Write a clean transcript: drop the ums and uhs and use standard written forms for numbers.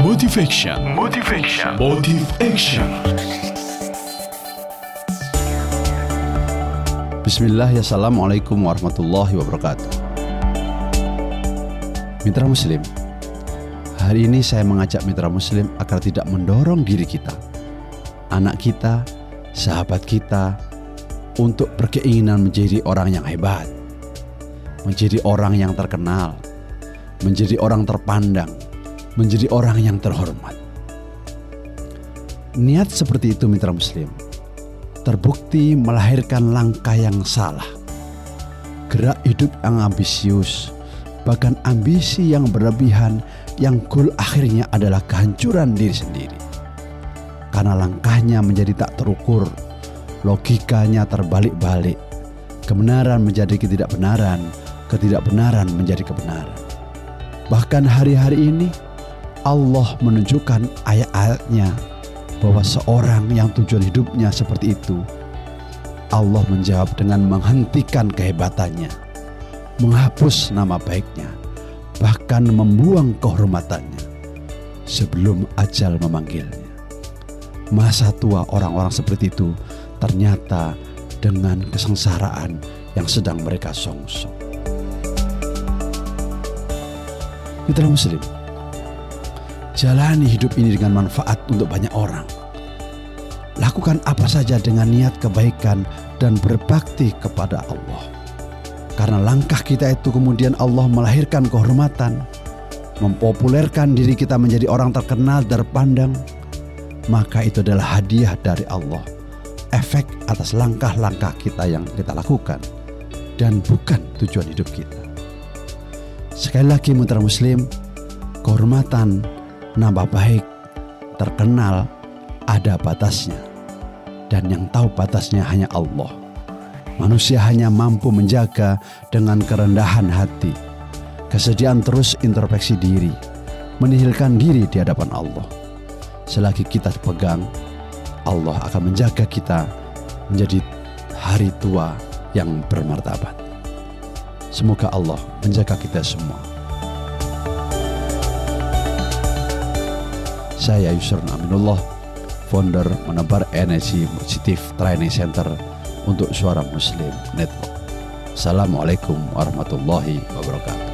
Motivation. Bismillah, assalamualaikum warahmatullahi wabarakatuh. Mitra Muslim, hari ini saya mengajak mitra Muslim agar tidak mendorong diri kita, anak kita, sahabat kita untuk berkeinginan menjadi orang yang hebat, menjadi orang yang terkenal, menjadi orang terpandang, menjadi orang yang terhormat. Niat seperti itu mitra Muslim terbukti melahirkan langkah yang salah, gerak hidup yang ambisius, bahkan ambisi yang berlebihan yang goal akhirnya adalah kehancuran diri sendiri. Karena langkahnya menjadi tak terukur, logikanya terbalik-balik, kebenaran menjadi ketidakbenaran, ketidakbenaran menjadi kebenaran. Bahkan hari-hari ini Allah menunjukkan ayat-ayatnya bahwa seorang yang tujuan hidupnya seperti itu, Allah menjawab dengan menghentikan kehebatannya, menghapus nama baiknya, bahkan membuang kehormatannya sebelum ajal memanggilnya. Masa tua orang-orang seperti itu ternyata dengan kesengsaraan yang sedang mereka songsong. Mitra Muslim, jalani hidup ini dengan manfaat untuk banyak orang. Lakukan apa saja dengan niat kebaikan dan berbakti kepada Allah. Karena langkah kita itu kemudian Allah melahirkan kehormatan, mempopulerkan diri kita menjadi orang terkenal, terpandang. Maka itu adalah hadiah dari Allah, efek atas langkah-langkah kita yang kita lakukan, dan bukan tujuan hidup kita. Sekali lagi mitra Muslim, kehormatan, nama baik, terkenal ada batasnya, dan yang tahu batasnya hanya Allah. Manusia hanya mampu menjaga dengan kerendahan hati, kesediaan terus introspeksi diri, menihilkan diri di hadapan Allah. Selagi kita pegang, Allah akan menjaga kita menjadi hari tua yang bermartabat. Semoga Allah menjaga kita semua. Saya Yusron Aminullah, founder Menebar Energi Positif Training Center untuk Suara Muslim Network. Assalamualaikum warahmatullahi wabarakatuh.